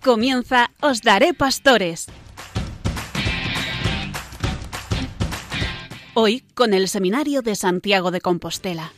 Comienza Os Daré Pastores. Hoy con el Seminario de Santiago de Compostela.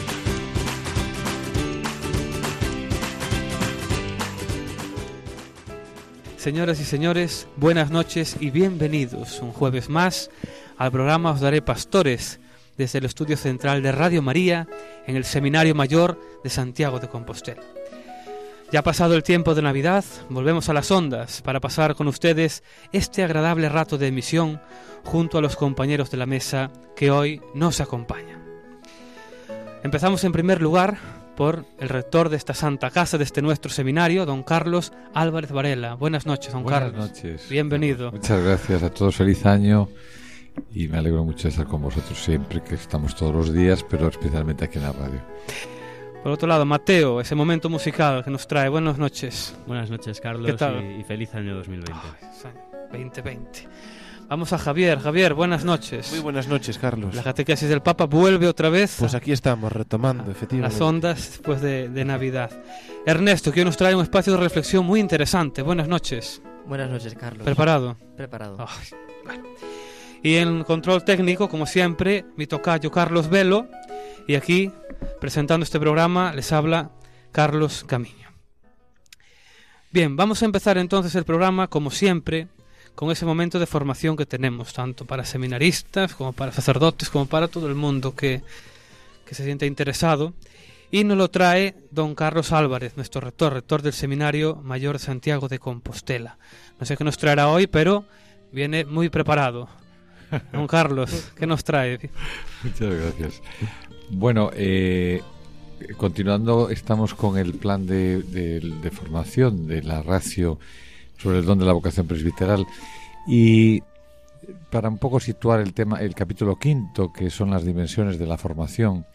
Señoras y señores, buenas noches y bienvenidos un jueves más al programa Os Daré Pastores, desde el estudio central de Radio María en el Seminario Mayor de Santiago de Compostela. Ya ha pasado el tiempo de Navidad, volvemos a las ondas para pasar con ustedes este agradable rato de emisión junto a los compañeros de la mesa que hoy nos acompañan. Empezamos en primer lugar por el rector de esta santa casa, de este nuestro seminario, don Carlos Álvarez Varela. Buenas noches, don Carlos. Buenas noches. Bienvenido. Muchas gracias a todos, feliz año, y me alegro mucho de estar con vosotros siempre, que estamos todos los días, pero especialmente aquí en la radio. Por otro lado, Mateo, ese momento musical que nos trae. Buenas noches. Buenas noches, Carlos. ¿Qué tal? Y feliz año 2020. 2020. Vamos a Javier. Javier, buenas noches. Muy buenas noches, Carlos. La catequesis del Papa vuelve otra vez. Pues aquí estamos, retomando, efectivamente. Las ondas después de Navidad. Ernesto, que hoy nos trae un espacio de reflexión muy interesante. Buenas noches. Buenas noches, Carlos. ¿Preparado? Preparado. Ay, bueno. Y en control técnico, como siempre, mi tocayo Carlos Velo. Y aquí, presentando este programa, les habla Carlos Camiño. Bien, vamos a empezar entonces el programa, como siempre, con ese momento de formación que tenemos, tanto para seminaristas, como para sacerdotes, como para todo el mundo que se siente interesado. Y nos lo trae don Carlos Álvarez, nuestro rector del Seminario Mayor de Santiago de Compostela. No sé qué nos traerá hoy, pero viene muy preparado. Don Carlos, ¿qué nos trae? Muchas gracias. Bueno, continuando, estamos con el plan de formación de la ratio sobre el don de la vocación presbiteral, y para un poco situar el tema, el capítulo 5, que son las dimensiones de la formación,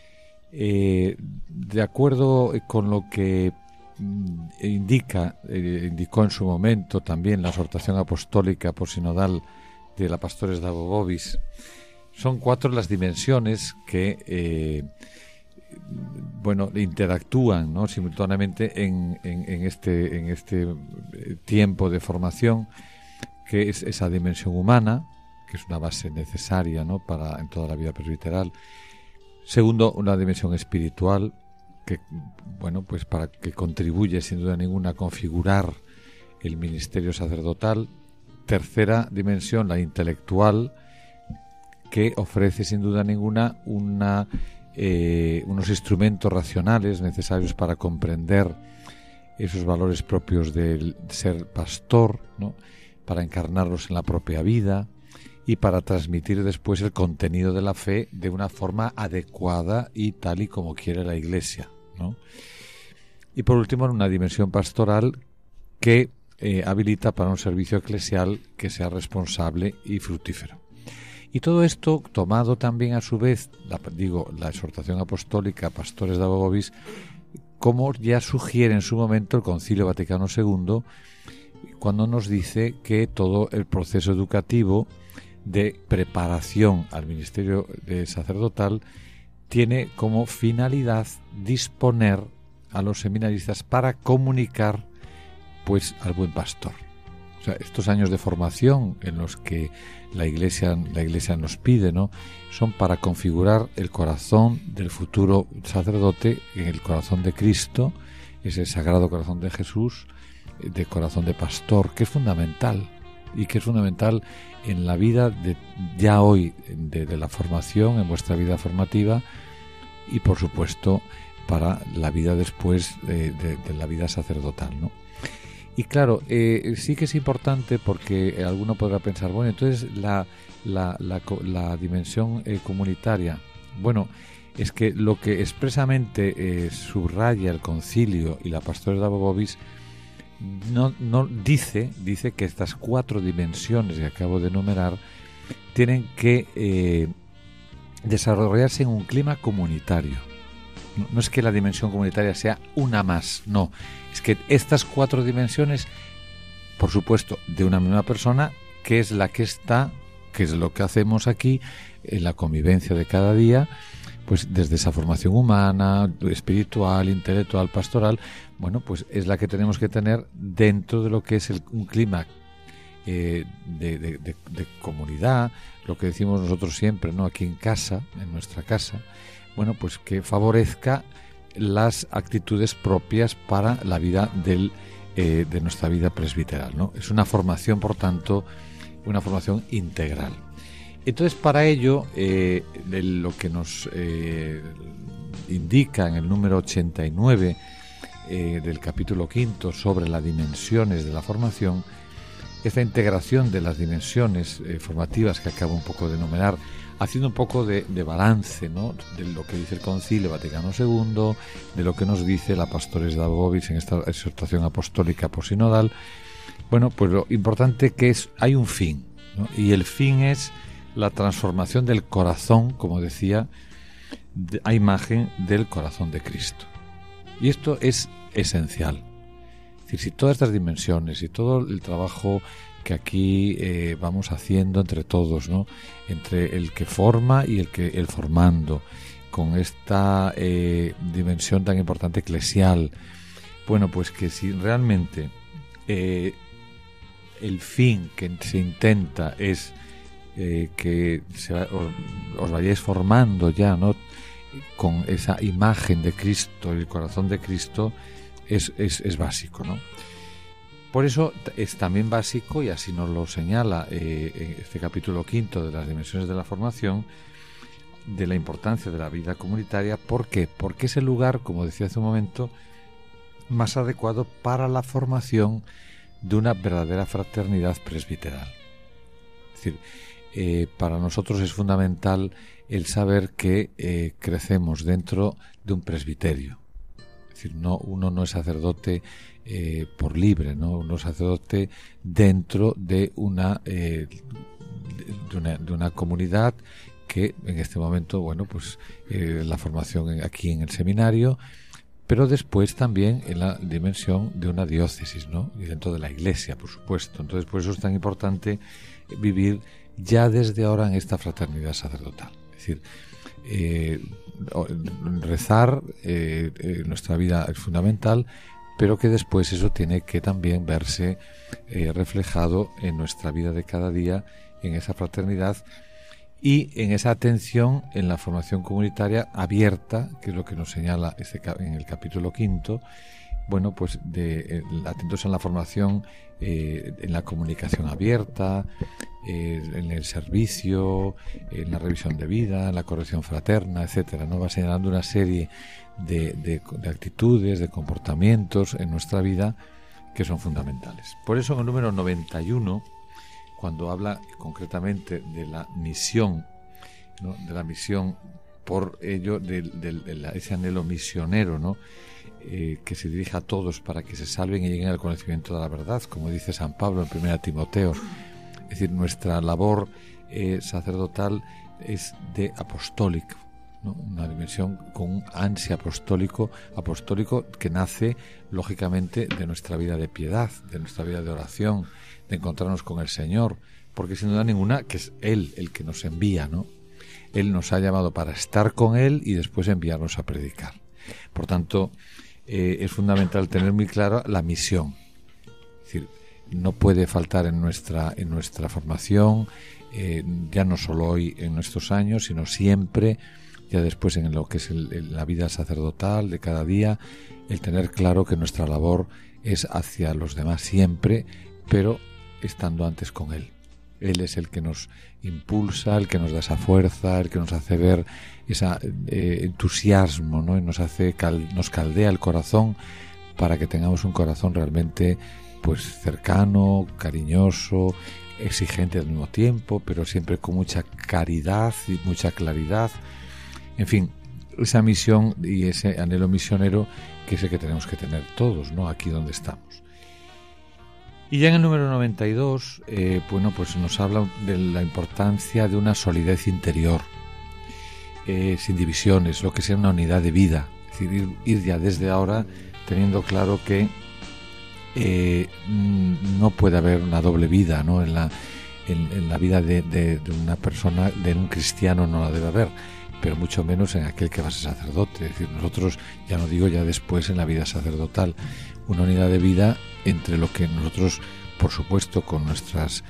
de acuerdo con lo que indicó en su momento también la exhortación apostólica posinodal de la Pastores Davo Vobis, son 4 las dimensiones que interactúan, ¿no?, simultáneamente en este tiempo de formación, que es esa dimensión humana, que es una base necesaria, ¿no?, en toda la vida presbiteral. Segundo, una dimensión espiritual, que para que contribuye sin duda ninguna a configurar el ministerio sacerdotal. Tercera dimensión, la intelectual, que ofrece sin duda ninguna unos instrumentos racionales necesarios para comprender esos valores propios del ser pastor, ¿no?, para encarnarlos en la propia vida y para transmitir después el contenido de la fe de una forma adecuada y tal y como quiere la Iglesia, ¿no? Y por último, en una dimensión pastoral que habilita para un servicio eclesial que sea responsable y fructífero. Y todo esto tomado también a su vez, la exhortación apostólica Pastores Davo Vobis, como ya sugiere en su momento el Concilio Vaticano II, cuando nos dice que todo el proceso educativo de preparación al ministerio sacerdotal tiene como finalidad disponer a los seminaristas para comunicar al buen pastor. O sea, estos años de formación en los que la Iglesia nos pide, ¿no?, son para configurar el corazón del futuro sacerdote en el corazón de Cristo, ese sagrado corazón de Jesús, de corazón de pastor, que es fundamental, y que es fundamental en la vida ya hoy de la formación, en vuestra vida formativa, y por supuesto para la vida después de la vida sacerdotal, ¿no? Y claro, sí que es importante, porque alguno podrá pensar, bueno, entonces la dimensión comunitaria, es que lo que expresamente subraya el Concilio y la Pastores Davo Vobis no dice que estas 4 dimensiones que acabo de enumerar tienen que desarrollarse en un clima comunitario. No es que la dimensión comunitaria sea una más, no. Es que estas 4 dimensiones, por supuesto, de una misma persona, que es la que está, que es lo que hacemos aquí, en la convivencia de cada día, pues desde esa formación humana, espiritual, intelectual, pastoral, bueno, pues es la que tenemos que tener dentro de lo que es un clima de comunidad, lo que decimos nosotros siempre, ¿no? Aquí en casa, en nuestra casa, bueno, pues que favorezca las actitudes propias para la vida de nuestra vida presbiteral, ¿no? Es una formación, por tanto, una formación integral. Entonces, para ello, lo que nos indica en el número 89 del capítulo 5 sobre las dimensiones de la formación, esta integración de las dimensiones formativas que acabo un poco de enumerar, haciendo un poco de balance, ¿no?, de lo que dice el Concilio Vaticano II, de lo que nos dice la Pastores Dei Bovis en esta exhortación apostólica posinodal. Bueno, pues lo importante que hay un fin, ¿no? Y el fin es la transformación del corazón, como decía, a imagen del corazón de Cristo. Y esto es esencial. Es decir, si todas estas dimensiones y todo el trabajo que aquí vamos haciendo entre todos, ¿no?, entre el que forma y el formando, con esta dimensión tan importante eclesial, bueno, pues que si realmente el fin que se intenta es que os vayáis formando ya, ¿no?, con esa imagen de Cristo, el corazón de Cristo, es básico, ¿no? Por eso es también básico, y así nos lo señala este capítulo 5 de las dimensiones de la formación, de la importancia de la vida comunitaria. ¿Por qué? Porque es el lugar, como decía hace un momento, más adecuado para la formación de una verdadera fraternidad presbiteral. Es decir, para nosotros es fundamental el saber que crecemos dentro de un presbiterio. Es decir, uno no es sacerdote por libre, ¿no? Uno es sacerdote dentro de una comunidad que en este momento, bueno, pues la formación aquí en el seminario, pero después también en la dimensión de una diócesis, ¿no? Y dentro de la Iglesia, por supuesto. Entonces, por eso es tan importante vivir ya desde ahora en esta fraternidad sacerdotal. Es decir, rezar en nuestra vida es fundamental, pero que después eso tiene que también verse reflejado en nuestra vida de cada día, en esa fraternidad y en esa atención en la formación comunitaria abierta, que es lo que nos señala en el capítulo 5, bueno, pues atentos en la formación, en la comunicación abierta, en el servicio, en la revisión de vida, en la corrección fraterna, etcétera, ¿no? Va señalando una serie de actitudes, de comportamientos en nuestra vida que son fundamentales. Por eso en el número 91, cuando habla concretamente de la misión, ¿no?, de la misión, por ello de ese anhelo misionero, ¿no?, que se dirija a todos para que se salven y lleguen al conocimiento de la verdad, como dice San Pablo en 1 Timoteo. Es decir, nuestra labor sacerdotal es de apostólico, ¿no?, una dimensión con un ansia apostólico que nace lógicamente de nuestra vida de piedad, de nuestra vida de oración, de encontrarnos con el Señor, porque sin duda ninguna que es Él el que nos envía, ¿no? Él nos ha llamado para estar con Él y después enviarnos a predicar. Por tanto, es fundamental tener muy clara la misión. Es decir, no puede faltar en nuestra formación, ya no solo hoy en nuestros años, sino siempre, ya después en lo que es la vida sacerdotal de cada día, el tener claro que nuestra labor es hacia los demás siempre, pero estando antes con Él. Él es el que nos impulsa, el que nos da esa fuerza, el que nos hace ver ese entusiasmo, ¿no? Y nos caldea el corazón para que tengamos un corazón realmente, pues, cercano, cariñoso, exigente al mismo tiempo, pero siempre con mucha caridad y mucha claridad. En fin, esa misión y ese anhelo misionero que es el que tenemos que tener todos, ¿no?, aquí donde estamos. Y ya en el número 92, bueno, pues nos habla de la importancia de una solidez interior, sin divisiones, lo que sea una unidad de vida. Es decir, ir ya desde ahora teniendo claro que no puede haber una doble vida, ¿no? En la vida de una persona, de un cristiano, no la debe haber. pero mucho menos en aquel que va a ser sacerdote. Es decir, nosotros, ya no digo ya después en la vida sacerdotal, una unidad de vida entre lo que nosotros, por supuesto, con nuestras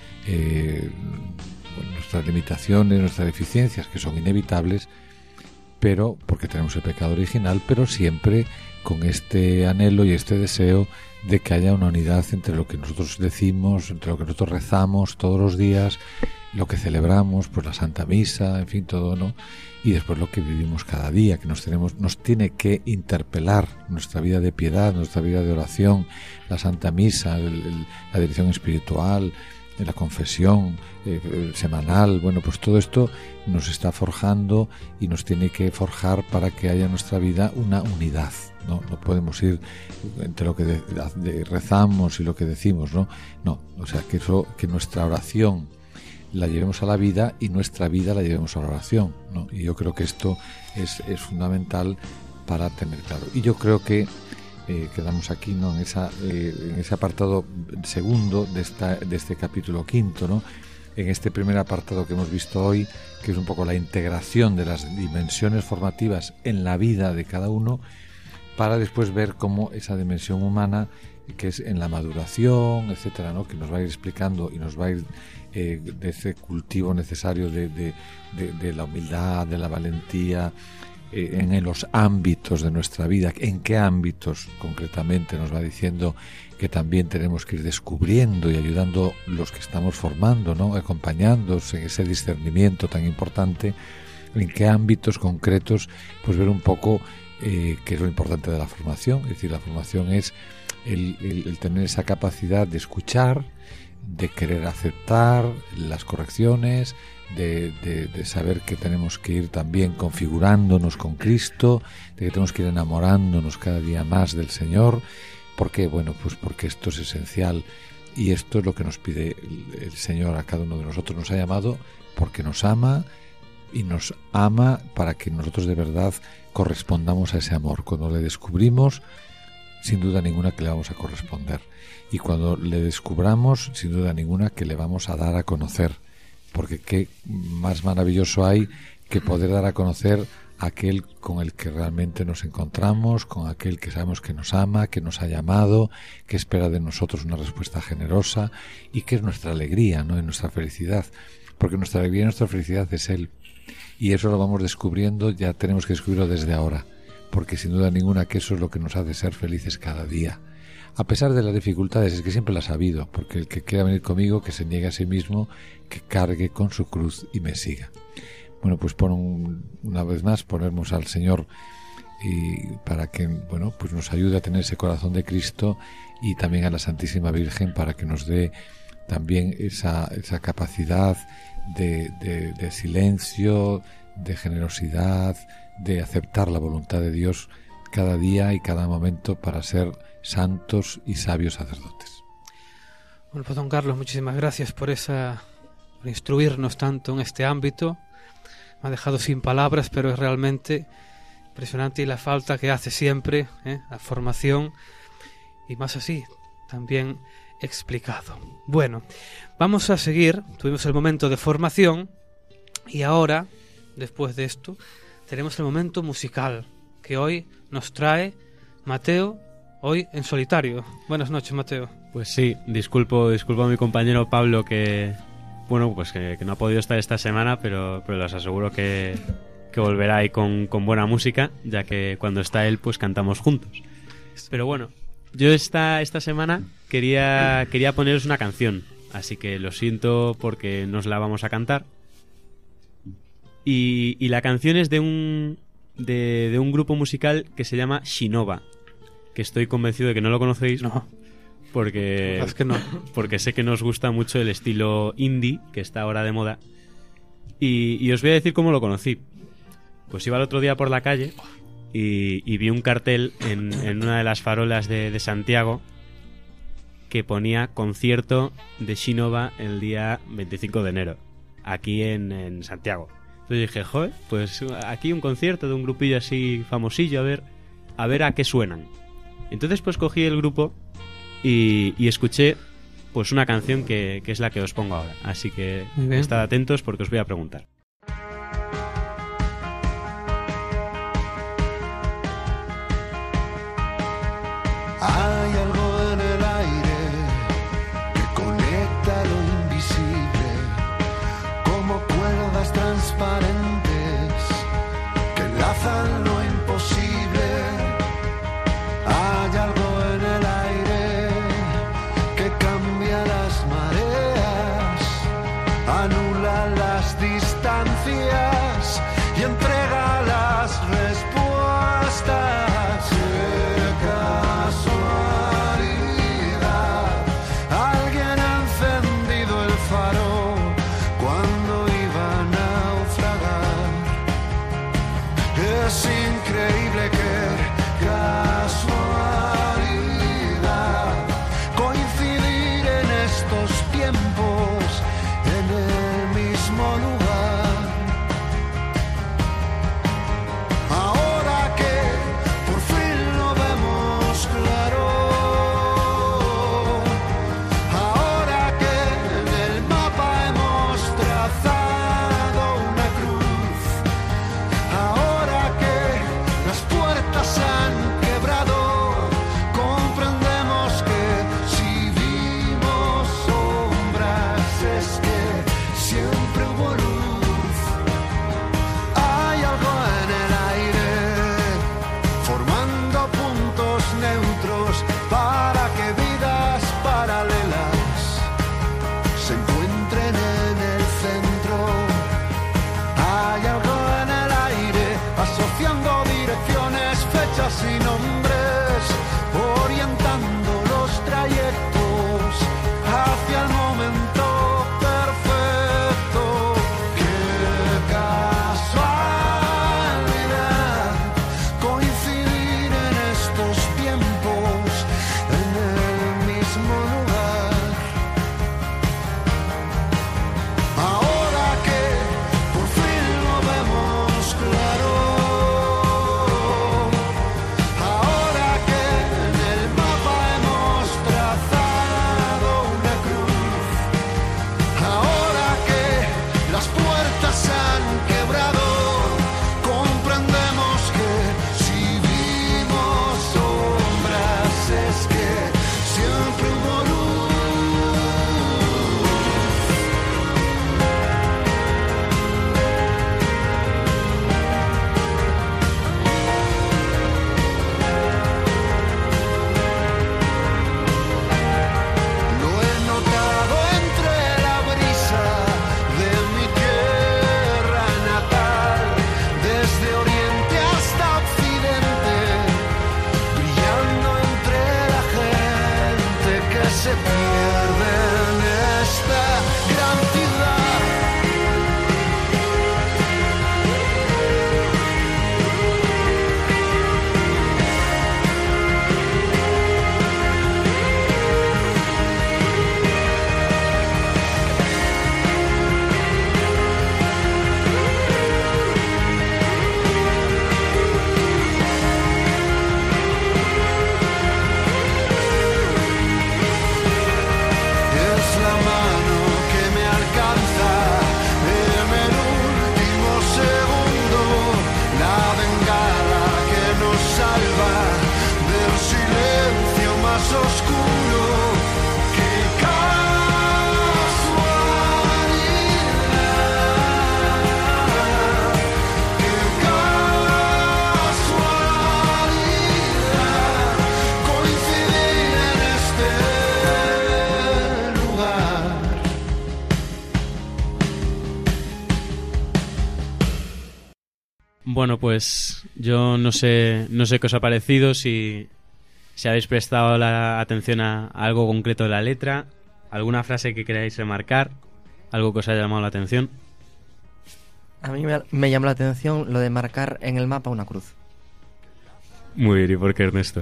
limitaciones, nuestras deficiencias, que son inevitables, pero porque tenemos el pecado original, pero siempre con este anhelo y este deseo de que haya una unidad entre lo que nosotros decimos, entre lo que nosotros rezamos todos los días, lo que celebramos, pues la Santa Misa, en fin, todo, ¿no? Y después lo que vivimos cada día, que nos tiene que interpelar nuestra vida de piedad, nuestra vida de oración, la Santa Misa, la dirección espiritual, la confesión semanal. Bueno, pues todo esto nos está forjando y nos tiene que forjar para que haya en nuestra vida una unidad. No podemos ir entre lo que rezamos y lo que decimos, ¿no? No, o sea, que nuestra oración la llevemos a la vida y nuestra vida la llevemos a la oración, ¿no? Y yo creo que esto es fundamental para tener claro. Y yo creo que quedamos aquí, ¿no?, en ese apartado segundo de este capítulo quinto, ¿no? En este primer apartado que hemos visto hoy, que es un poco la integración de las dimensiones formativas en la vida de cada uno, para después ver cómo esa dimensión humana, que es en la maduración, etcétera, ¿no?, que nos va a ir explicando y nos va a ir de ese cultivo necesario de la humildad, de la valentía, en los ámbitos de nuestra vida. ¿En qué ámbitos concretamente? Nos va diciendo que también tenemos que ir descubriendo y ayudando los que estamos formando, ¿no?, acompañándonos en ese discernimiento tan importante. En qué ámbitos concretos, pues ver un poco qué es lo importante de la formación. Es decir, la formación es el tener esa capacidad de escuchar, de querer aceptar las correcciones, de saber que tenemos que ir también configurándonos con Cristo, de que tenemos que ir enamorándonos cada día más del Señor. ¿Por qué? Bueno, pues porque esto es esencial y esto es lo que nos pide el Señor a cada uno de nosotros. Nos ha llamado porque nos ama y nos ama para que nosotros de verdad correspondamos a ese amor. Cuando le descubrimos, sin duda ninguna que le vamos a corresponder, y cuando le descubramos, sin duda ninguna que le vamos a dar a conocer, porque qué más maravilloso hay que poder dar a conocer a aquel con el que realmente nos encontramos, con aquel que sabemos que nos ama, que nos ha llamado, que espera de nosotros una respuesta generosa y que es nuestra alegría, ¿no?, y nuestra felicidad, porque nuestra alegría y nuestra felicidad es Él, y eso lo vamos descubriendo, ya tenemos que descubrirlo desde ahora, porque sin duda ninguna que eso es lo que nos hace ser felices cada día. A pesar de las dificultades, es que siempre las ha habido, porque el que quiera venir conmigo, que se niegue a sí mismo, que cargue con su cruz y me siga. Bueno, pues una vez más ponemos al Señor y para que, bueno, pues nos ayude a tener ese corazón de Cristo, y también a la Santísima Virgen para que nos dé también esa capacidad de silencio, de generosidad, de aceptar la voluntad de Dios cada día y cada momento para ser santos y sabios sacerdotes. Bueno, pues don Carlos, muchísimas gracias por instruirnos tanto en este ámbito. Me ha dejado sin palabras, pero es realmente impresionante, y la falta que hace siempre la formación, y más así, también explicado. Bueno, vamos a seguir. Tuvimos el momento de formación y ahora, después de esto, tenemos el momento musical que hoy nos trae Mateo, hoy en solitario. Buenas noches, Mateo. Pues sí, disculpo a mi compañero Pablo que no ha podido estar esta semana, pero les aseguro que volverá ahí con buena música, ya que cuando está él pues cantamos juntos. Pero bueno, yo esta semana quería poneros una canción, así que lo siento porque nos la vamos a cantar. Y la canción es de un grupo musical que se llama Shinova, que estoy convencido de que no lo conocéis. No. Porque es que no. Porque sé que nos gusta mucho el estilo indie, que está ahora de moda. Y os voy a decir cómo lo conocí. Pues iba el otro día por la calle y vi un cartel en una de las farolas de Santiago que ponía concierto de Shinova el día 25 de enero, aquí en Santiago. Entonces dije, joder, pues aquí un concierto de un grupillo así famosillo, a ver a qué suenan. Entonces pues cogí el grupo y escuché pues una canción que es la que os pongo ahora. Así que estad atentos porque os voy a preguntar. transparentes que enlazan lo imposible. Hay algo en el aire que cambia las mareas, anula las distancias y entrega las respuestas. ¡Qué casualidad! Alguien ha encendido el faro cuando iba a naufragar. Es increíble que casualidad coincidir en estos tiempos en el mismo lugar. Ahora que por fin lo vemos claro, ahora que en el mapa hemos trazado una cruz, ahora que las puertas han quebrado, comprendemos que si vimos sombras es que siempre hubo luz. Hay algo en el aire formando puntos neutros para que vidas paralelas se encuentren en el centro. Hay algo en el aire asociando direcciones, fechas y nombres, orientando los trayectos hacia el momento perfecto. Qué casualidad coincidir en estos tiempos en el mismo lugar. Ahora que por fin lo vemos claro, ahora que en el mapa hemos trazado una cruz, ahora que las puertas han quebrado, comprendemos que si vimos sombras es que siempre hubo luz. Lo he notado entre la brisa de mi tierra natal, desde oriente hasta occidente, brillando entre la gente que se pierde en esta gran ciudad. Es la mano que me alcanza en el último segundo, la bengala que nos salva del silencio más oscuro. ¡Qué casualidad! ¡Qué casualidad coincidir en este lugar! Bueno, pues yo no sé qué os ha parecido, si habéis prestado la atención a algo concreto de la letra, alguna frase que queráis remarcar, algo que os haya llamado la atención. A mí me llamó la atención lo de marcar en el mapa una cruz. Muy bien, ¿y por qué, Ernesto?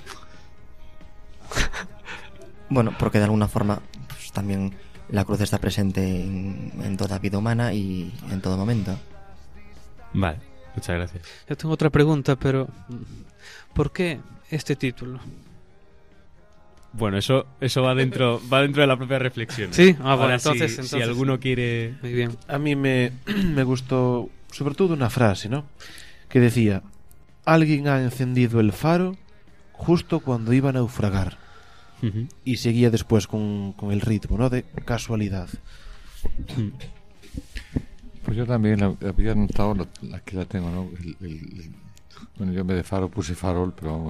Bueno, porque de alguna forma pues, también la cruz está presente en toda vida humana y en todo momento. Vale, muchas gracias. Yo tengo otra pregunta, pero ¿por qué este título? Bueno, eso va dentro de la propia reflexión. Sí, bueno, Ahora, entonces si alguno quiere... Muy bien. A mí me gustó sobre todo una frase, ¿no? Que decía: alguien ha encendido el faro justo cuando iba a naufragar. Uh-huh. Y seguía después con el ritmo, ¿no? De casualidad. Pues yo también había notado, aquí la tengo, ¿no? Bueno, yo en vez de faro puse farol, pero vamos.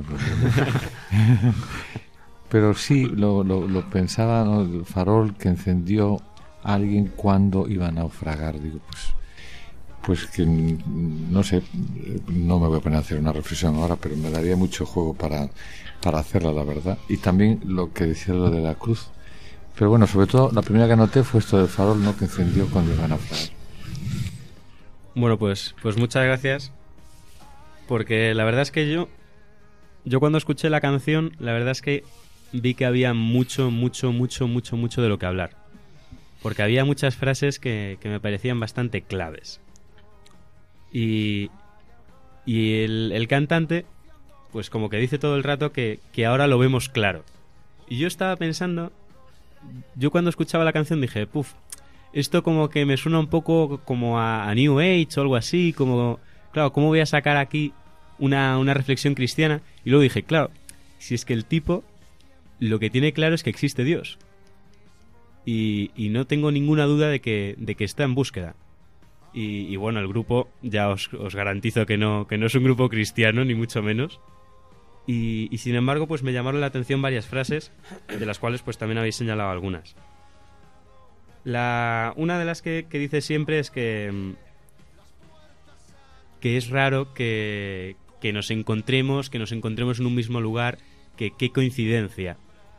Pero sí, lo pensaba, ¿no? El farol que encendió a alguien cuando iba a naufragar. Digo, pues que no sé, no me voy a poner a hacer una reflexión ahora, pero me daría mucho juego para hacerla, la verdad. Y también lo que decía lo de la cruz. Pero bueno, sobre todo, la primera que anoté fue esto del farol, ¿no? Que encendió cuando iba a naufragar. Bueno, pues muchas gracias. Porque la verdad es que yo cuando escuché la canción, la verdad es que vi que había mucho de lo que hablar. Porque había muchas frases que me parecían bastante claves. Y el cantante, pues como que dice todo el rato que ahora lo vemos claro. Y yo estaba pensando, yo cuando escuchaba la canción dije, esto como que me suena un poco como a New Age o algo así, como, claro, ¿cómo voy a sacar aquí una reflexión cristiana? Y luego dije, claro, si es que el tipo lo que tiene claro es que existe Dios. Y no tengo ninguna duda de que está en búsqueda. Y bueno, el grupo, ya os garantizo que no es un grupo cristiano, ni mucho menos. Y sin embargo, pues me llamaron la atención varias frases, de las cuales pues también habéis señalado algunas. Una de las que dice siempre es que es raro que nos encontremos en un mismo lugar, que qué coincidencia.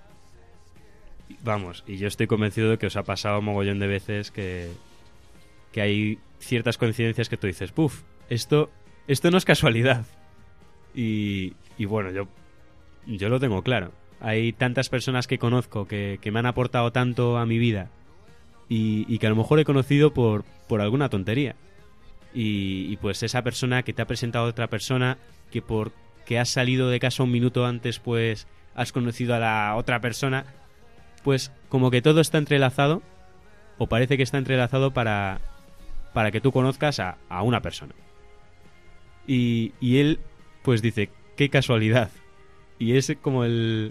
Vamos, y yo estoy convencido de que os ha pasado mogollón de veces que hay ciertas coincidencias que tú dices, esto no es casualidad. Y bueno, yo lo tengo claro. Hay tantas personas que conozco que me han aportado tanto a mi vida y que a lo mejor he conocido por alguna tontería. Y pues esa persona que te ha presentado a otra persona, que porque has salido de casa un minuto antes, pues has conocido a la otra persona, pues como que todo está entrelazado, o parece que está entrelazado para que tú conozcas a una persona. Y él pues dice, qué casualidad. Y es como el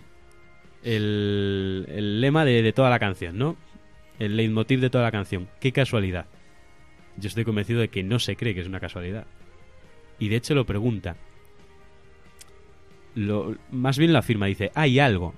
lema de toda la canción, ¿no? El leitmotiv de toda la canción, qué casualidad. Yo estoy convencido de que no se cree que es una casualidad. Y de hecho lo pregunta. Más bien lo afirma, dice, hay algo.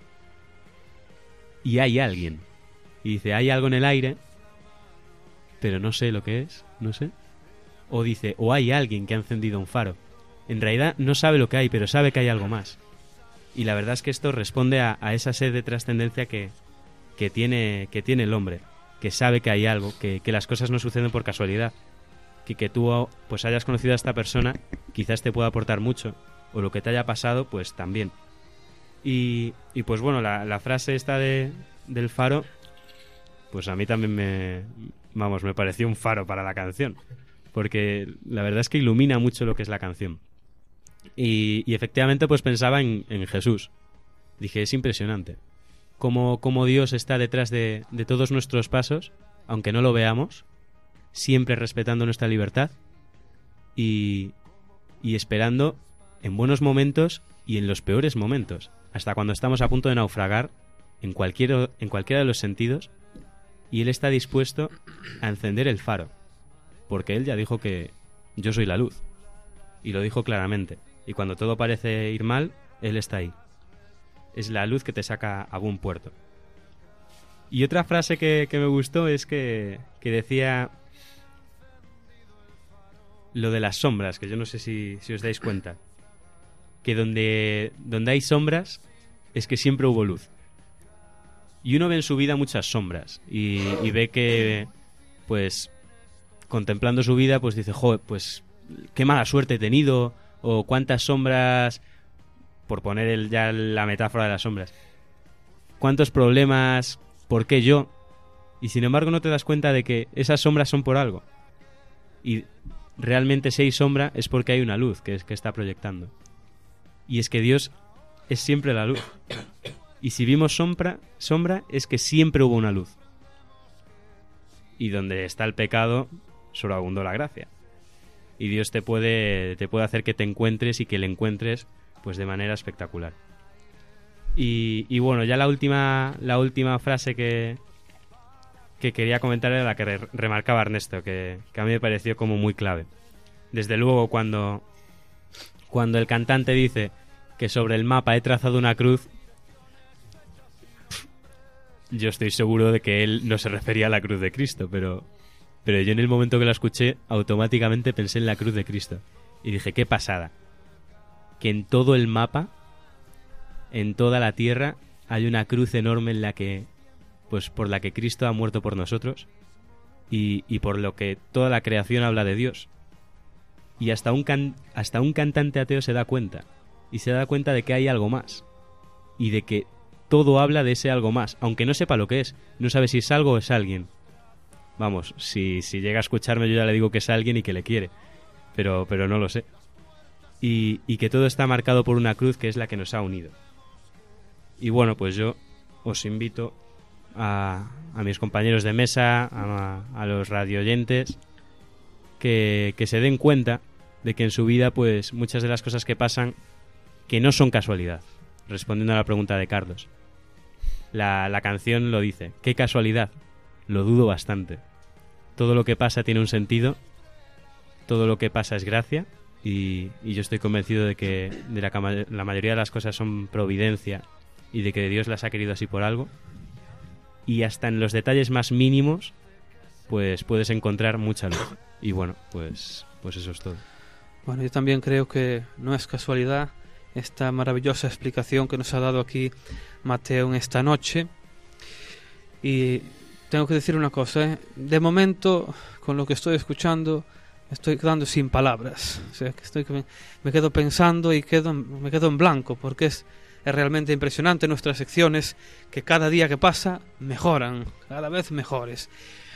Y hay alguien. Y dice, hay algo en el aire, pero no sé lo que es, no sé. O dice, o hay alguien que ha encendido un faro. En realidad no sabe lo que hay, pero sabe que hay algo más. Y la verdad es que esto responde a esa sed de trascendencia que tiene el hombre, que sabe que hay algo, que las cosas no suceden por casualidad, que tú pues hayas conocido a esta persona quizás te pueda aportar mucho, o lo que te haya pasado pues también. Y pues bueno, la frase esta del faro, pues a mí también me pareció un faro para la canción, porque la verdad es que ilumina mucho lo que es la canción. Y efectivamente pues pensaba en Jesús. Dije, es impresionante cómo Dios está detrás de todos nuestros pasos, aunque no lo veamos, siempre respetando nuestra libertad y esperando en buenos momentos y en los peores momentos, hasta cuando estamos a punto de naufragar en cualquiera de los sentidos, y Él está dispuesto a encender el faro, porque Él ya dijo que yo soy la luz, y lo dijo claramente, y cuando todo parece ir mal, Él está ahí. Es la luz que te saca a buen puerto. Y otra frase que me gustó es que decía lo de las sombras, que yo no sé si os dais cuenta, que donde hay sombras es que siempre hubo luz. Y uno ve en su vida muchas sombras y ve que, pues, contemplando su vida, pues dice, joder, pues qué mala suerte he tenido, o cuántas sombras, por poner ya la metáfora de las sombras, cuántos problemas, ¿por qué yo? Y sin embargo no te das cuenta de que esas sombras son por algo. Y realmente si hay sombra es porque hay una luz que está proyectando. Y es que Dios es siempre la luz. Y si vimos sombra es que siempre hubo una luz. Y donde está el pecado, solo abundó la gracia. Y Dios te puede hacer que te encuentres y que le encuentres pues de manera espectacular. Y bueno, ya la última frase que que quería comentar era la que remarcaba Ernesto, que a mí me pareció como muy clave. Desde luego, cuando el cantante dice que sobre el mapa he trazado una cruz, yo estoy seguro de que él no se refería a la cruz de Cristo, pero yo en el momento que la escuché automáticamente pensé en la cruz de Cristo y dije, qué pasada, que en todo el mapa, en toda la tierra, hay una cruz enorme en la que, pues por la que Cristo ha muerto por nosotros y por lo que toda la creación habla de Dios. Y hasta un cantante ateo se da cuenta, y se da cuenta de que hay algo más, y de que todo habla de ese algo más, aunque no sepa lo que es, no sabe si es algo o es alguien. Vamos, si llega a escucharme yo ya le digo que es alguien y que le quiere, pero no lo sé. Y que todo está marcado por una cruz que es la que nos ha unido. Y bueno, pues yo os invito a mis compañeros de mesa, a los radioyentes, que se den cuenta de que en su vida pues muchas de las cosas que pasan que no son casualidad. Respondiendo a la pregunta de Carlos, la canción lo dice, ¿qué casualidad? Lo dudo bastante. Todo lo que pasa tiene un sentido, todo lo que pasa es gracia, y yo estoy convencido de que la mayoría de las cosas son providencia y de que Dios las ha querido así por algo, y hasta en los detalles más mínimos pues puedes encontrar mucha luz. Y bueno, pues eso es todo. Bueno, yo también creo que no es casualidad esta maravillosa explicación que nos ha dado aquí Mateo en esta noche. Y tengo que decir una cosa, ¿eh? De momento, con lo que estoy escuchando, estoy quedando sin palabras. O sea, que me quedo pensando y me quedo en blanco, porque es realmente impresionante nuestras secciones, que cada día que pasa mejoran, cada vez mejores.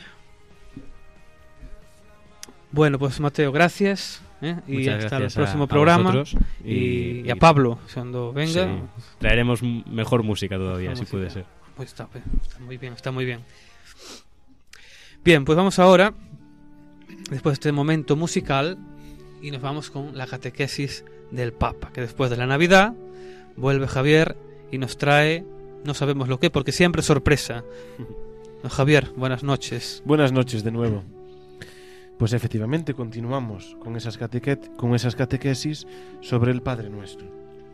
Bueno, pues Mateo, gracias, y muchas hasta el gracias próximo programa. Vosotros, y a Pablo, cuando venga. Sí, traeremos mejor música todavía, si puede ser. Pues está muy bien, está muy bien. Bien, pues vamos ahora, después de este momento musical, y nos vamos con la catequesis del Papa, que después de la Navidad vuelve Javier y nos trae, no sabemos lo que, porque siempre es sorpresa. Don Javier, buenas noches. Buenas noches de nuevo. Pues efectivamente continuamos con esas catequesis sobre el Padre Nuestro.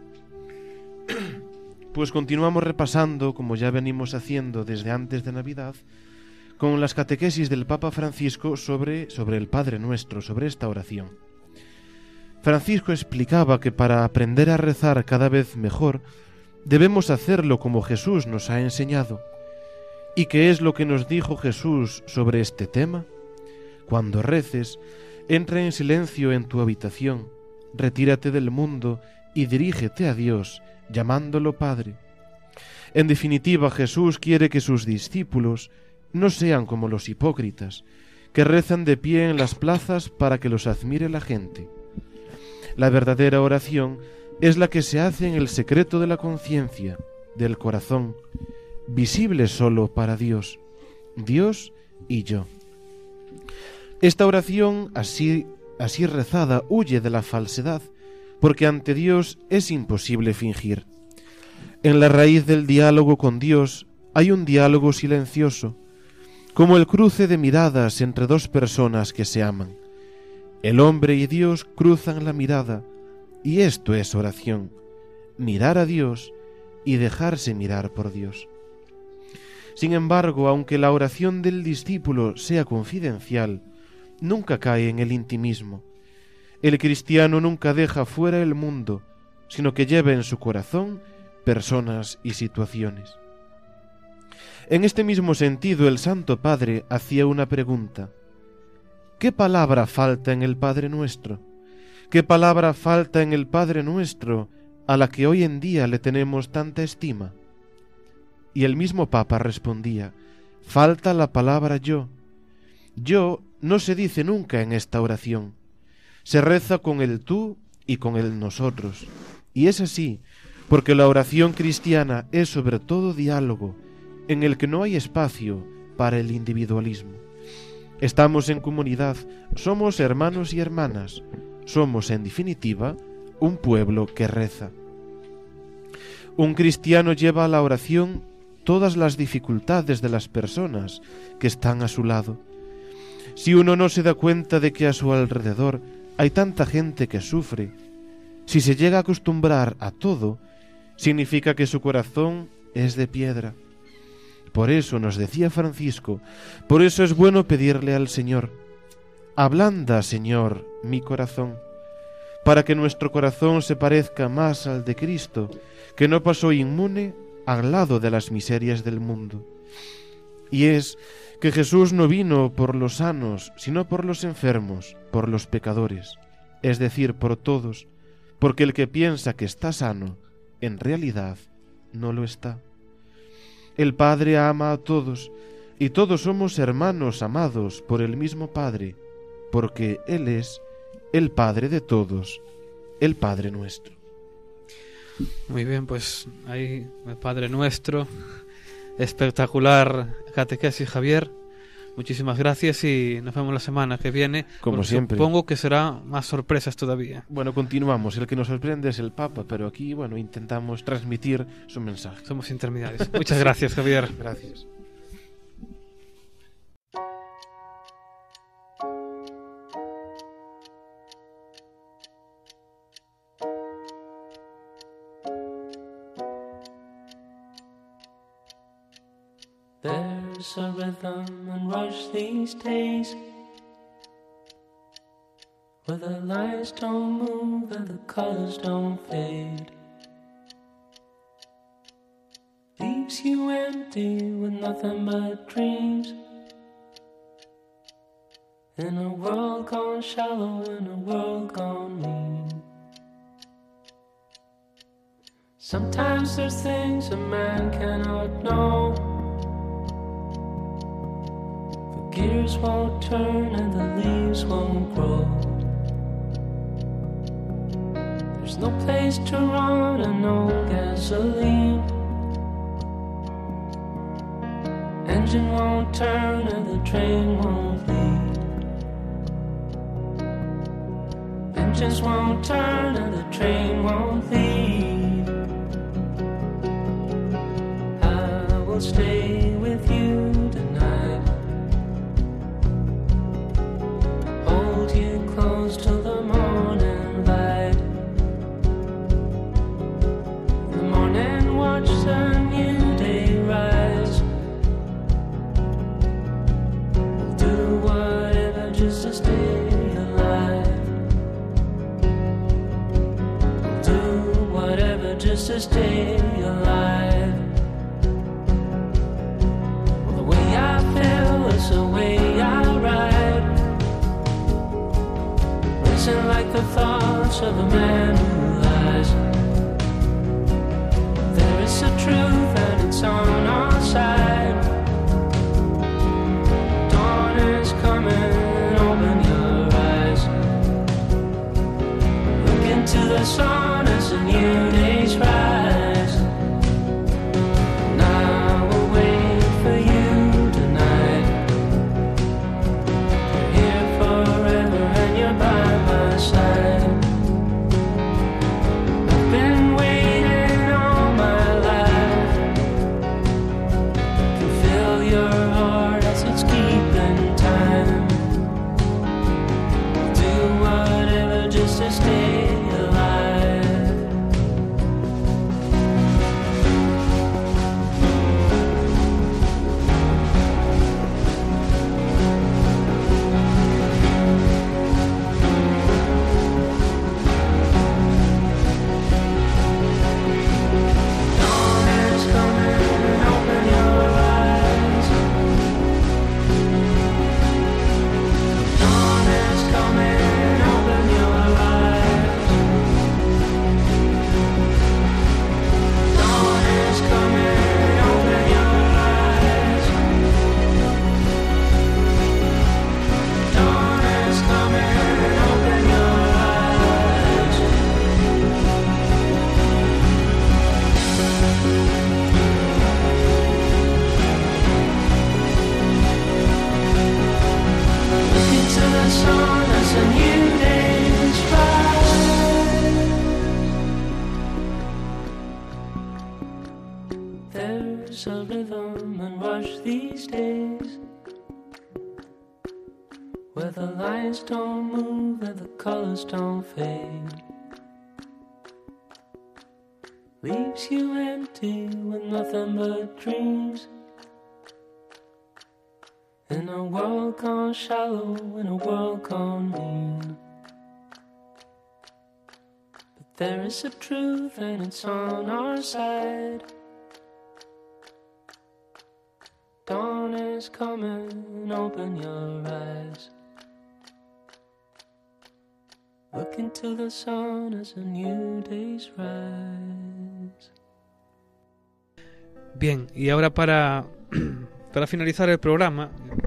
Pues continuamos repasando, como ya venimos haciendo desde antes de Navidad, con las catequesis del Papa Francisco sobre el Padre Nuestro, sobre esta oración. Francisco explicaba que para aprender a rezar cada vez mejor, debemos hacerlo como Jesús nos ha enseñado. ¿Y qué es lo que nos dijo Jesús sobre este tema? Cuando reces, entra en silencio en tu habitación, retírate del mundo y dirígete a Dios, llamándolo Padre. En definitiva, Jesús quiere que sus discípulos no sean como los hipócritas, que rezan de pie en las plazas para que los admire la gente. La verdadera oración es la que se hace en el secreto de la conciencia, del corazón, visible solo para Dios, Dios y yo. Esta oración, así rezada, huye de la falsedad, porque ante Dios es imposible fingir. En la raíz del diálogo con Dios hay un diálogo silencioso, como el cruce de miradas entre dos personas que se aman. El hombre y Dios cruzan la mirada, y esto es oración, mirar a Dios y dejarse mirar por Dios. Sin embargo, aunque la oración del discípulo sea confidencial, nunca cae en el intimismo. El cristiano nunca deja fuera el mundo, sino que lleva en su corazón personas y situaciones. En este mismo sentido, el Santo Padre hacía una pregunta. ¿Qué palabra falta en el Padre Nuestro? ¿Qué palabra falta en el Padre Nuestro a la que hoy en día le tenemos tanta estima? Y el mismo Papa respondía, falta la palabra yo. Yo no se dice nunca en esta oración. Se reza con el tú y con el nosotros. Y es así, porque la oración cristiana es sobre todo diálogo, en el que no hay espacio para el individualismo. Estamos en comunidad, somos hermanos y hermanas, somos en definitiva un pueblo que reza. Un cristiano lleva la oración todas las dificultades de las personas que están a su lado. Si uno no se da cuenta de que a su alrededor hay tanta gente que sufre, si se llega a acostumbrar a todo, significa que su corazón es de piedra. Por eso nos decía Francisco, por eso es bueno pedirle al Señor: ablanda, Señor, mi corazón, para que nuestro corazón se parezca más al de Cristo, que no pasó inmune al lado de las miserias del mundo. Y es que Jesús no vino por los sanos, sino por los enfermos, por los pecadores, es decir, por todos, porque el que piensa que está sano, en realidad no lo está. El Padre ama a todos, y todos somos hermanos amados por el mismo Padre, porque Él es el Padre de todos, el Padre nuestro. Muy bien, pues ahí el Padre Nuestro, espectacular catequesis, Javier. Muchísimas gracias y nos vemos la semana que viene. Como siempre. Supongo que será más sorpresas todavía. Bueno, continuamos. El que nos sorprende es el Papa, pero aquí, bueno, intentamos transmitir su mensaje. Somos intermediarios. Muchas gracias, Javier. Gracias. There's a rhythm and rush these days where the lights don't move and the colors don't fade. Leaves you empty with nothing but dreams. In a world gone shallow, in a world gone mean. Sometimes there's things a man cannot know. Gears won't turn and the leaves won't grow. There's no place to run and no gasoline. Engine won't turn and the train won't leave. Engines won't turn and the train won't leave. I will stay with you tonight. You close till the morning light. In the morning watch the new day rise. We'll do whatever just to stay alive. We'll do whatever just to stay alive. Well, the way I feel is the way I ride. Like the thoughts of a man who lies. There is a truth and it's on our side. Dawn is coming, open your eyes. Look into the sun as the new days rise. And I will wait for you tonight. You're here forever and you're by my side. I've been waiting all my life. these days, where the lines don't move and the colors don't fade, leaves you empty with nothing but dreams. In a world gone shallow, in a world gone mean. But there is a truth and it's on our side. Dawn is coming, open your eyes. Look into the sun as a new day's rise. Bien, y ahora para finalizar el programa,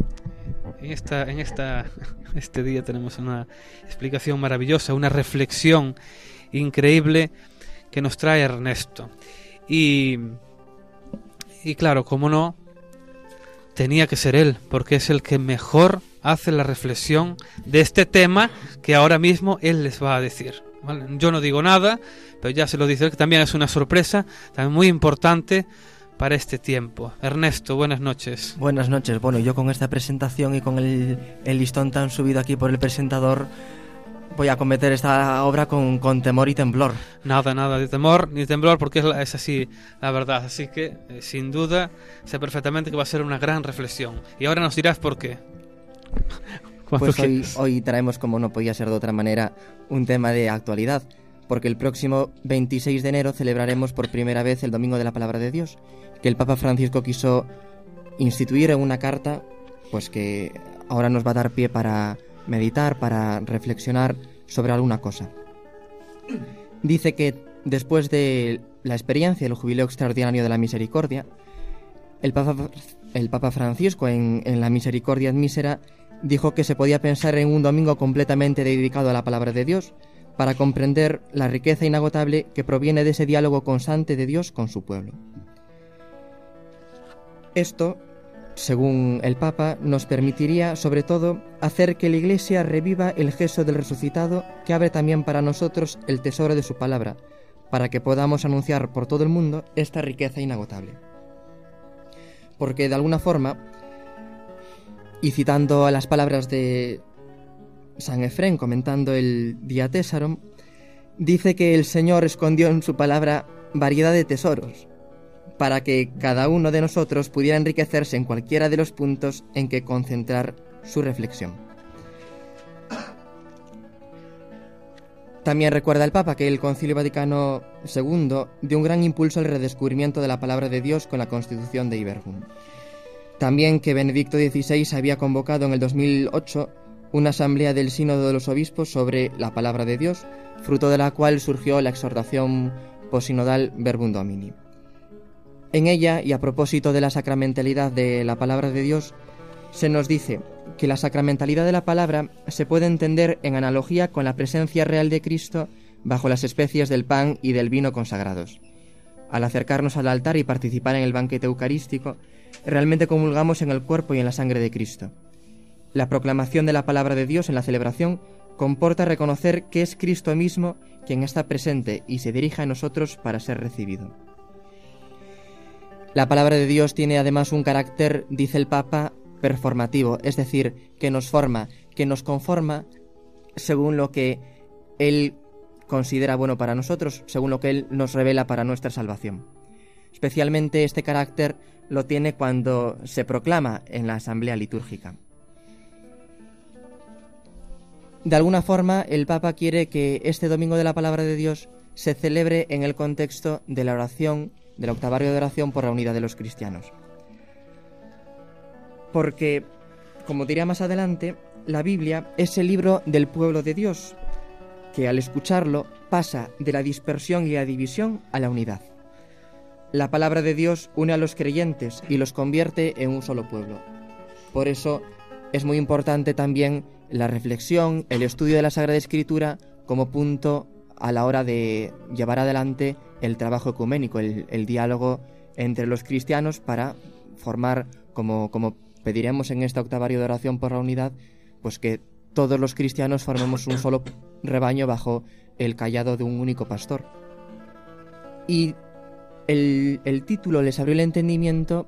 este día tenemos una explicación maravillosa, una reflexión increíble que nos trae Ernesto. Y claro, como no, tenía que ser él, porque es el que mejor hace la reflexión de este tema que ahora mismo él les va a decir, ¿vale? Yo no digo nada, pero ya se lo dice él, que también es una sorpresa, también muy importante para este tiempo. Ernesto, buenas noches. Buenas noches. Bueno, yo con esta presentación y con el listón tan subido aquí por el presentador, voy a cometer esta obra con temor y temblor. Nada de temor ni temblor, porque es así la verdad. Así que, sin duda, sé perfectamente que va a ser una gran reflexión. Y ahora nos dirás por qué. Pues hoy traemos, como no podía ser de otra manera, un tema de actualidad, porque el próximo 26 de enero celebraremos por primera vez el Domingo de la Palabra de Dios, que el Papa Francisco quiso instituir en una carta, pues que ahora nos va a dar pie para meditar, para reflexionar sobre alguna cosa. Dice que después de la experiencia del Jubileo Extraordinario de la Misericordia, el Papa Francisco en la Misericordia ad Misera dijo que se podía pensar en un domingo completamente dedicado a la Palabra de Dios para comprender la riqueza inagotable que proviene de ese diálogo constante de Dios con su pueblo. Esto, según el Papa, nos permitiría, sobre todo, hacer que la Iglesia reviva el gesto del resucitado, que abre también para nosotros el tesoro de su palabra, para que podamos anunciar por todo el mundo esta riqueza inagotable. Porque, de alguna forma, y citando a las palabras de San Efrén comentando el Diatésaron, dice que el Señor escondió en su palabra variedad de tesoros, para que cada uno de nosotros pudiera enriquecerse en cualquiera de los puntos en que concentrar su reflexión. También recuerda el Papa que el Concilio Vaticano II dio un gran impulso al redescubrimiento de la palabra de Dios con la Constitución de Ibergum. También que Benedicto XVI había convocado en el 2008 una asamblea del Sínodo de los Obispos sobre la palabra de Dios, fruto de la cual surgió la exhortación posinodal Verbum Domini. En ella, y a propósito de la sacramentalidad de la palabra de Dios, se nos dice que la sacramentalidad de la palabra se puede entender en analogía con la presencia real de Cristo bajo las especies del pan y del vino consagrados. Al acercarnos al altar y participar en el banquete eucarístico, realmente comulgamos en el cuerpo y en la sangre de Cristo. La proclamación de la palabra de Dios en la celebración comporta reconocer que es Cristo mismo quien está presente y se dirige a nosotros para ser recibido. La palabra de Dios tiene además un carácter, dice el Papa, performativo, es decir, que nos forma, que nos conforma según lo que Él considera bueno para nosotros, según lo que Él nos revela para nuestra salvación. Especialmente este carácter lo tiene cuando se proclama en la asamblea litúrgica. De alguna forma, el Papa quiere que este Domingo de la Palabra de Dios se celebre en el contexto de la oración, del octavario de oración por la unidad de los cristianos. Porque, como dirá más adelante, la Biblia es el libro del pueblo de Dios, que al escucharlo pasa de la dispersión y la división a la unidad. La palabra de Dios une a los creyentes y los convierte en un solo pueblo. Por eso es muy importante también la reflexión, el estudio de la Sagrada Escritura como punto a la hora de llevar adelante el trabajo ecuménico, el diálogo entre los cristianos para formar, como pediremos en este octavario de oración por la unidad, pues que todos los cristianos formemos un solo rebaño bajo el cayado de un único pastor. Y el título les abrió el entendimiento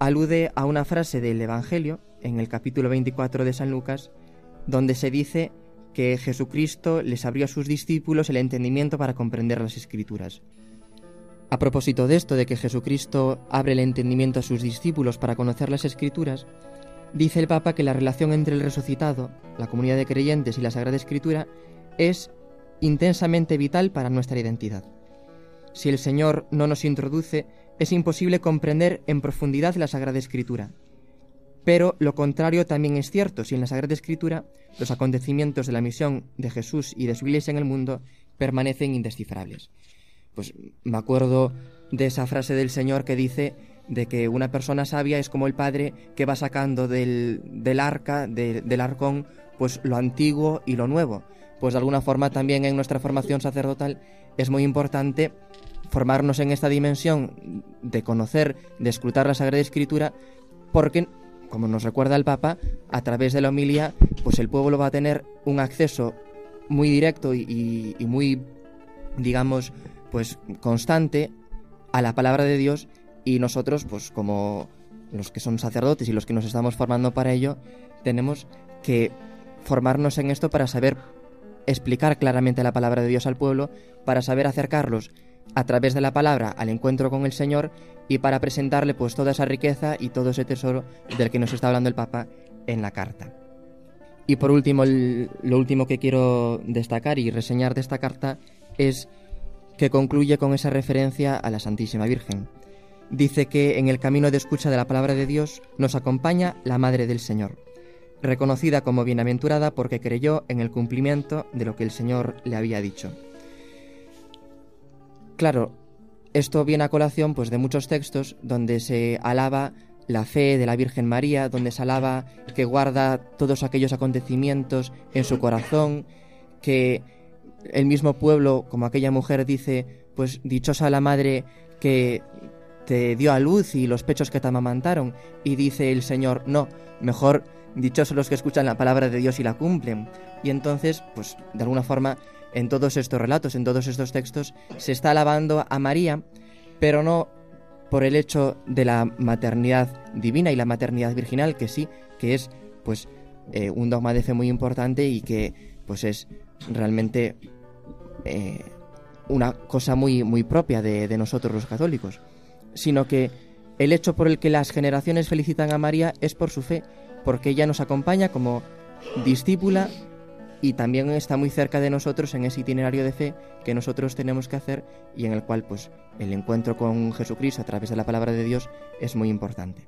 alude a una frase del Evangelio, en el capítulo 24 de San Lucas, donde se dice que Jesucristo les abrió a sus discípulos el entendimiento para comprender las Escrituras. A propósito de esto, de que Jesucristo abre el entendimiento a sus discípulos para conocer las Escrituras, dice el Papa que la relación entre el resucitado, la comunidad de creyentes y la Sagrada Escritura es intensamente vital para nuestra identidad. Si el Señor no nos introduce, es imposible comprender en profundidad la Sagrada Escritura. Pero lo contrario también es cierto, si en la Sagrada Escritura los acontecimientos de la misión de Jesús y de su Iglesia en el mundo permanecen indescifrables. Pues me acuerdo de esa frase del Señor que dice de que una persona sabia es como el padre que va sacando del arcón, pues lo antiguo y lo nuevo. Pues de alguna forma también en nuestra formación sacerdotal es muy importante formarnos en esta dimensión de conocer, de escrutar la Sagrada Escritura, porque, como nos recuerda el Papa, a través de la homilía, pues el pueblo va a tener un acceso muy directo y muy, digamos, pues constante a la palabra de Dios, y nosotros, pues como los que son sacerdotes y los que nos estamos formando para ello, tenemos que formarnos en esto para saber explicar claramente la palabra de Dios al pueblo, para saber acercarlos a través de la palabra al encuentro con el Señor y para presentarle pues toda esa riqueza y todo ese tesoro del que nos está hablando el Papa en la carta. Y por último, lo último que quiero destacar y reseñar de esta carta es que concluye con esa referencia a la Santísima Virgen. Dice que en el camino de escucha de la palabra de Dios nos acompaña la Madre del Señor, reconocida como bienaventurada porque creyó en el cumplimiento de lo que el Señor le había dicho. Claro, esto viene a colación pues de muchos textos donde se alaba la fe de la Virgen María, donde se alaba que guarda todos aquellos acontecimientos en su corazón, que el mismo pueblo, como aquella mujer dice, pues dichosa la madre que te dio a luz y los pechos que te amamantaron, y dice el Señor, no, mejor dichosos los que escuchan la palabra de Dios y la cumplen. Y entonces, pues de alguna forma, en todos estos relatos, en todos estos textos, se está alabando a María, pero no por el hecho de la maternidad divina y la maternidad virginal, que sí, que es pues un dogma de fe muy importante y que pues es realmente una cosa muy, muy propia de nosotros los católicos, sino que el hecho por el que las generaciones felicitan a María es por su fe, porque ella nos acompaña como discípula y también está muy cerca de nosotros en ese itinerario de fe que nosotros tenemos que hacer y en el cual pues el encuentro con Jesucristo a través de la palabra de Dios es muy importante.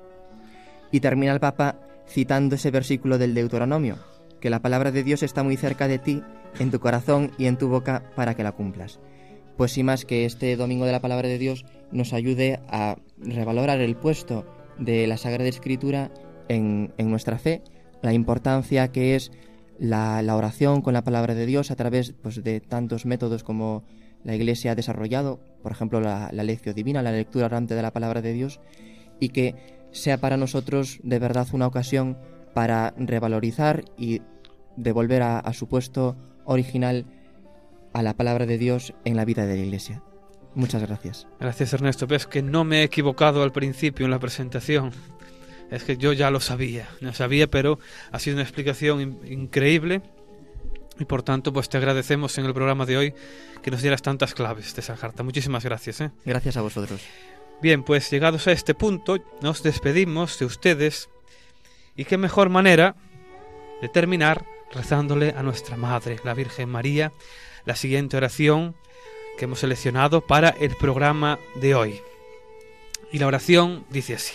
Y termina el Papa citando ese versículo del Deuteronomio, que la palabra de Dios está muy cerca de ti, en tu corazón y en tu boca para que la cumplas. Pues sin más, que este Domingo de la Palabra de Dios nos ayude a revalorar el puesto de la Sagrada Escritura en nuestra fe, la importancia que es la oración con la palabra de Dios a través pues, de tantos métodos como la Iglesia ha desarrollado, por ejemplo la lección divina, la lectura orante de la palabra de Dios, y que sea para nosotros de verdad una ocasión para revalorizar y devolver a su puesto original a la palabra de Dios en la vida de la Iglesia. Muchas gracias. Gracias, Ernesto. Ves que no me he equivocado al principio en la presentación. Es que yo ya lo sabía, pero ha sido una explicación increíble y por tanto pues te agradecemos en el programa de hoy que nos dieras tantas claves de esa carta. Muchísimas gracias. Gracias a vosotros. Bien, pues llegados a este punto nos despedimos de ustedes y qué mejor manera de terminar rezándole a nuestra Madre, la Virgen María, la siguiente oración que hemos seleccionado para el programa de hoy. Y la oración dice así: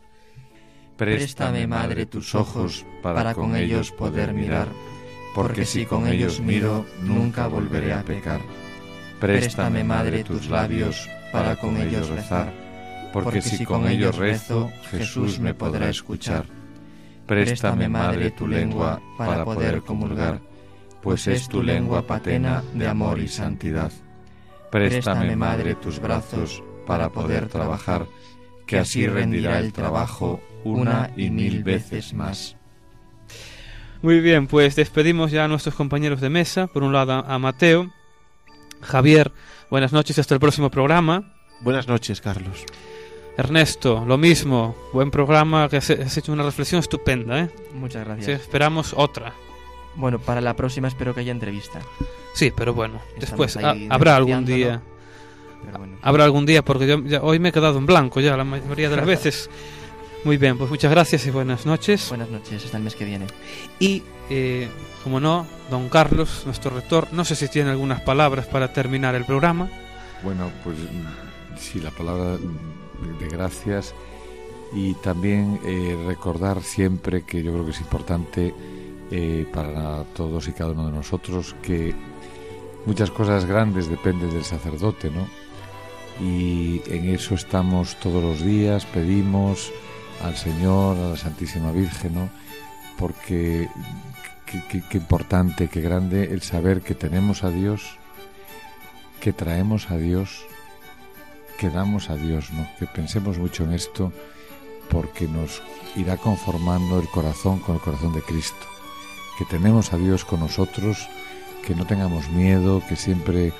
Préstame, Madre, tus ojos para con ellos poder mirar, porque si con ellos miro, nunca volveré a pecar. Préstame, Madre, tus labios para con ellos rezar, porque si con ellos rezo, Jesús me podrá escuchar. Préstame, Madre, tu lengua para poder comulgar, pues es tu lengua patena de amor y santidad. Préstame, Madre, tus brazos para poder trabajar, que así rendirá el trabajo una y mil veces más. Muy bien, pues despedimos ya a nuestros compañeros de mesa. Por un lado a Mateo. Javier, buenas noches, hasta el próximo programa. Buenas noches, Carlos. Ernesto, lo mismo. Buen programa, que has hecho una reflexión estupenda, ¿eh? Muchas Sí, gracias. esperamos otra. Bueno, para la próxima espero que haya entrevista. Sí, pero bueno, después ahí habrá algún negociándolo. día. Pero bueno. Habrá algún día, porque yo hoy me he quedado en blanco ya la mayoría de las veces. Muy bien, pues muchas gracias y buenas noches. Buenas noches, hasta el mes que viene. Y, como no, don Carlos, nuestro rector, no sé si tiene algunas palabras para terminar el programa. Bueno, pues sí, la palabra de gracias y también recordar siempre que yo creo que es importante para todos y cada uno de nosotros que muchas cosas grandes dependen del sacerdote, ¿no? Y en eso estamos todos los días, pedimos al Señor, a la Santísima Virgen, ¿no? Porque qué importante, qué grande el saber que tenemos a Dios, que traemos a Dios, que damos a Dios, ¿no? Que pensemos mucho en esto, porque nos irá conformando el corazón con el corazón de Cristo. Que tenemos a Dios con nosotros, que no tengamos miedo, que siempre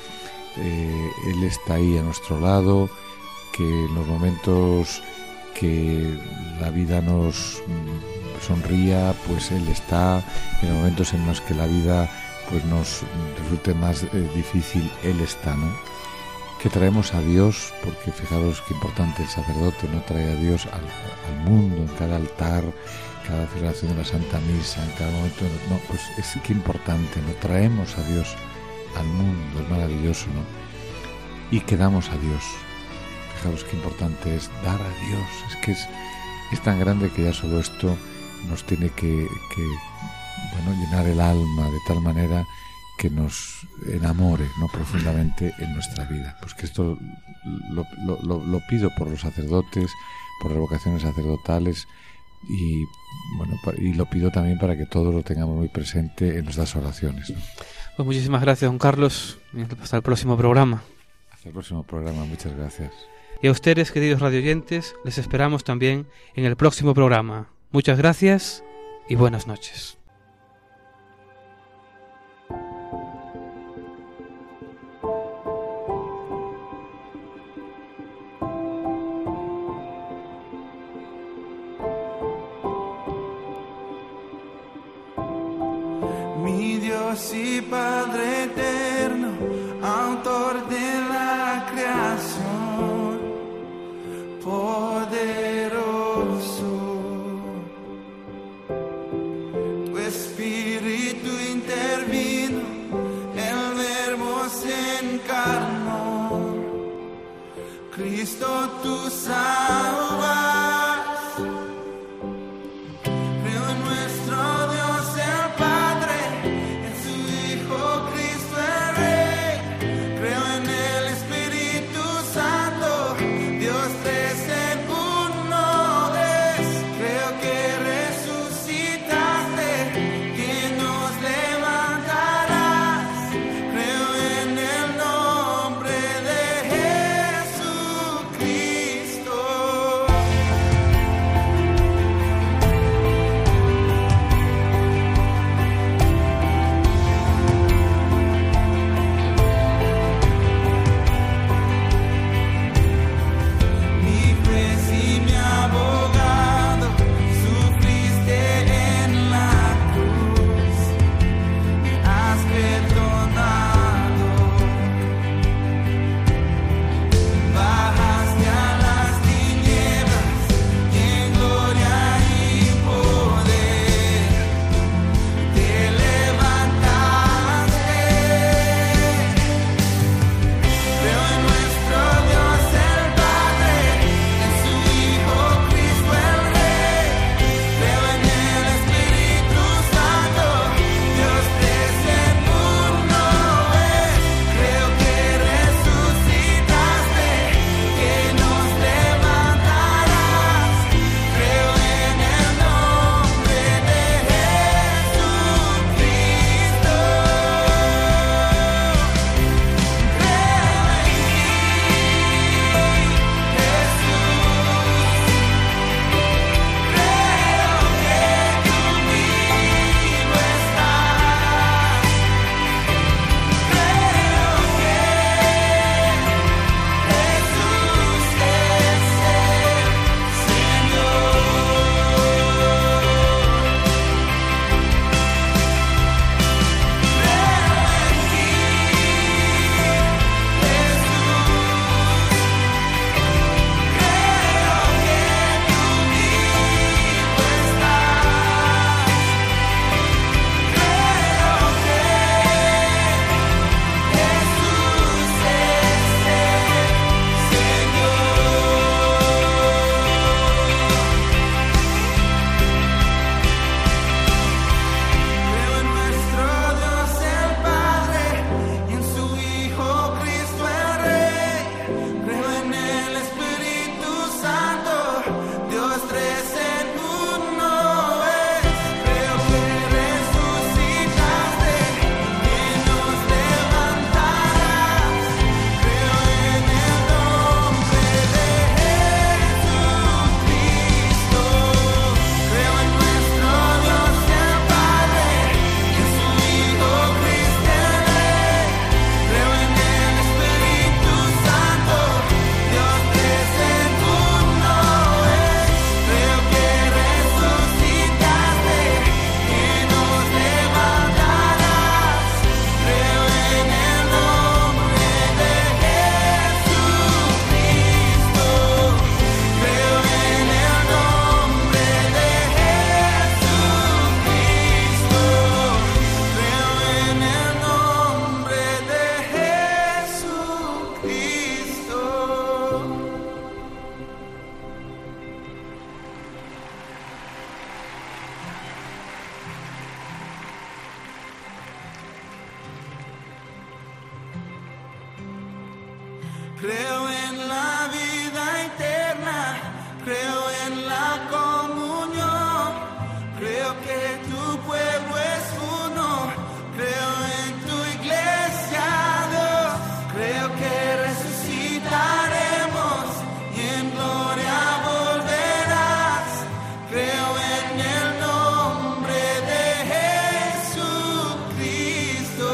Él está ahí a nuestro lado, que en los momentos que la vida nos sonría, pues Él está, en los momentos en los que la vida pues nos resulte más difícil, Él está, ¿no? Que traemos a Dios, porque fijaros qué importante el sacerdote, no trae a Dios al mundo, en cada altar, cada celebración de la Santa Misa, en cada momento, no, pues es que importante, no traemos a Dios al mundo, es maravilloso, ¿no? Y que damos a Dios. Fijaros qué importante es dar a Dios, es que es tan grande que ya solo esto nos tiene que llenar el alma de tal manera que nos enamore, ¿no? Profundamente en nuestra vida. Pues que esto lo pido por los sacerdotes, por las vocaciones sacerdotales y bueno, y lo pido también para que todos lo tengamos muy presente en nuestras oraciones, ¿no? Pues muchísimas gracias, don Carlos. Y hasta el próximo programa. Hasta el próximo programa, muchas gracias. Y a ustedes, queridos radioyentes, les esperamos también en el próximo programa. Muchas gracias y buenas noches. Mi Dios y Padre eterno, autor de la creación, poderoso, tu espíritu intervino, el verbo se encarnó, Cristo tú salvas. Cristo. Creo en la vida eterna, creo en la comunión, creo que tu pueblo es uno, creo en tu iglesia, Dios, creo que resucitaremos y en gloria volverás, creo en el nombre de Jesucristo.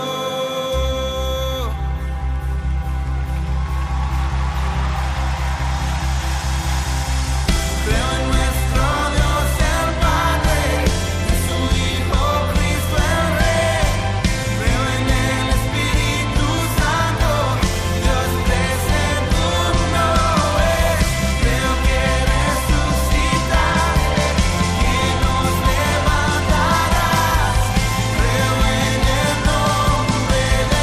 Creo en nuestro Dios el Padre, en su Hijo Cristo el Rey. Creo en el Espíritu Santo, Dios tres en uno es. Creo que resucitaste, que nos levantarás. Creo en el nombre de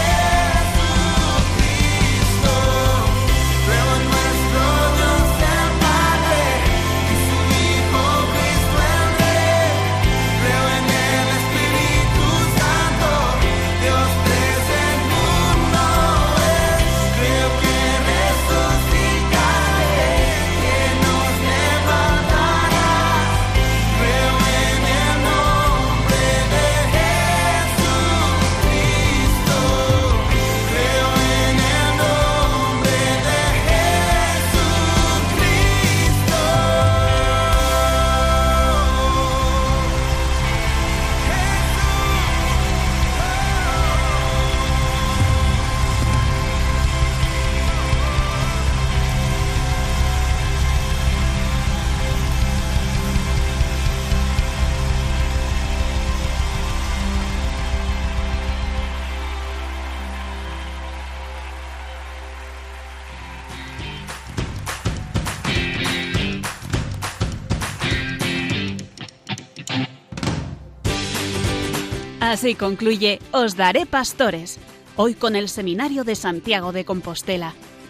Jesucristo. Creo en nuestro Dios el Padre, en su Hijo Cristo el Rey. Creo en el Espíritu Santo, Dios tres en uno es. Creo que resucitaré, que nos levantarás. Creo en el nombre de Jesucristo. Creo en el nombre de Así concluye Os Daré Pastores, hoy con el Seminario de Santiago de Compostela.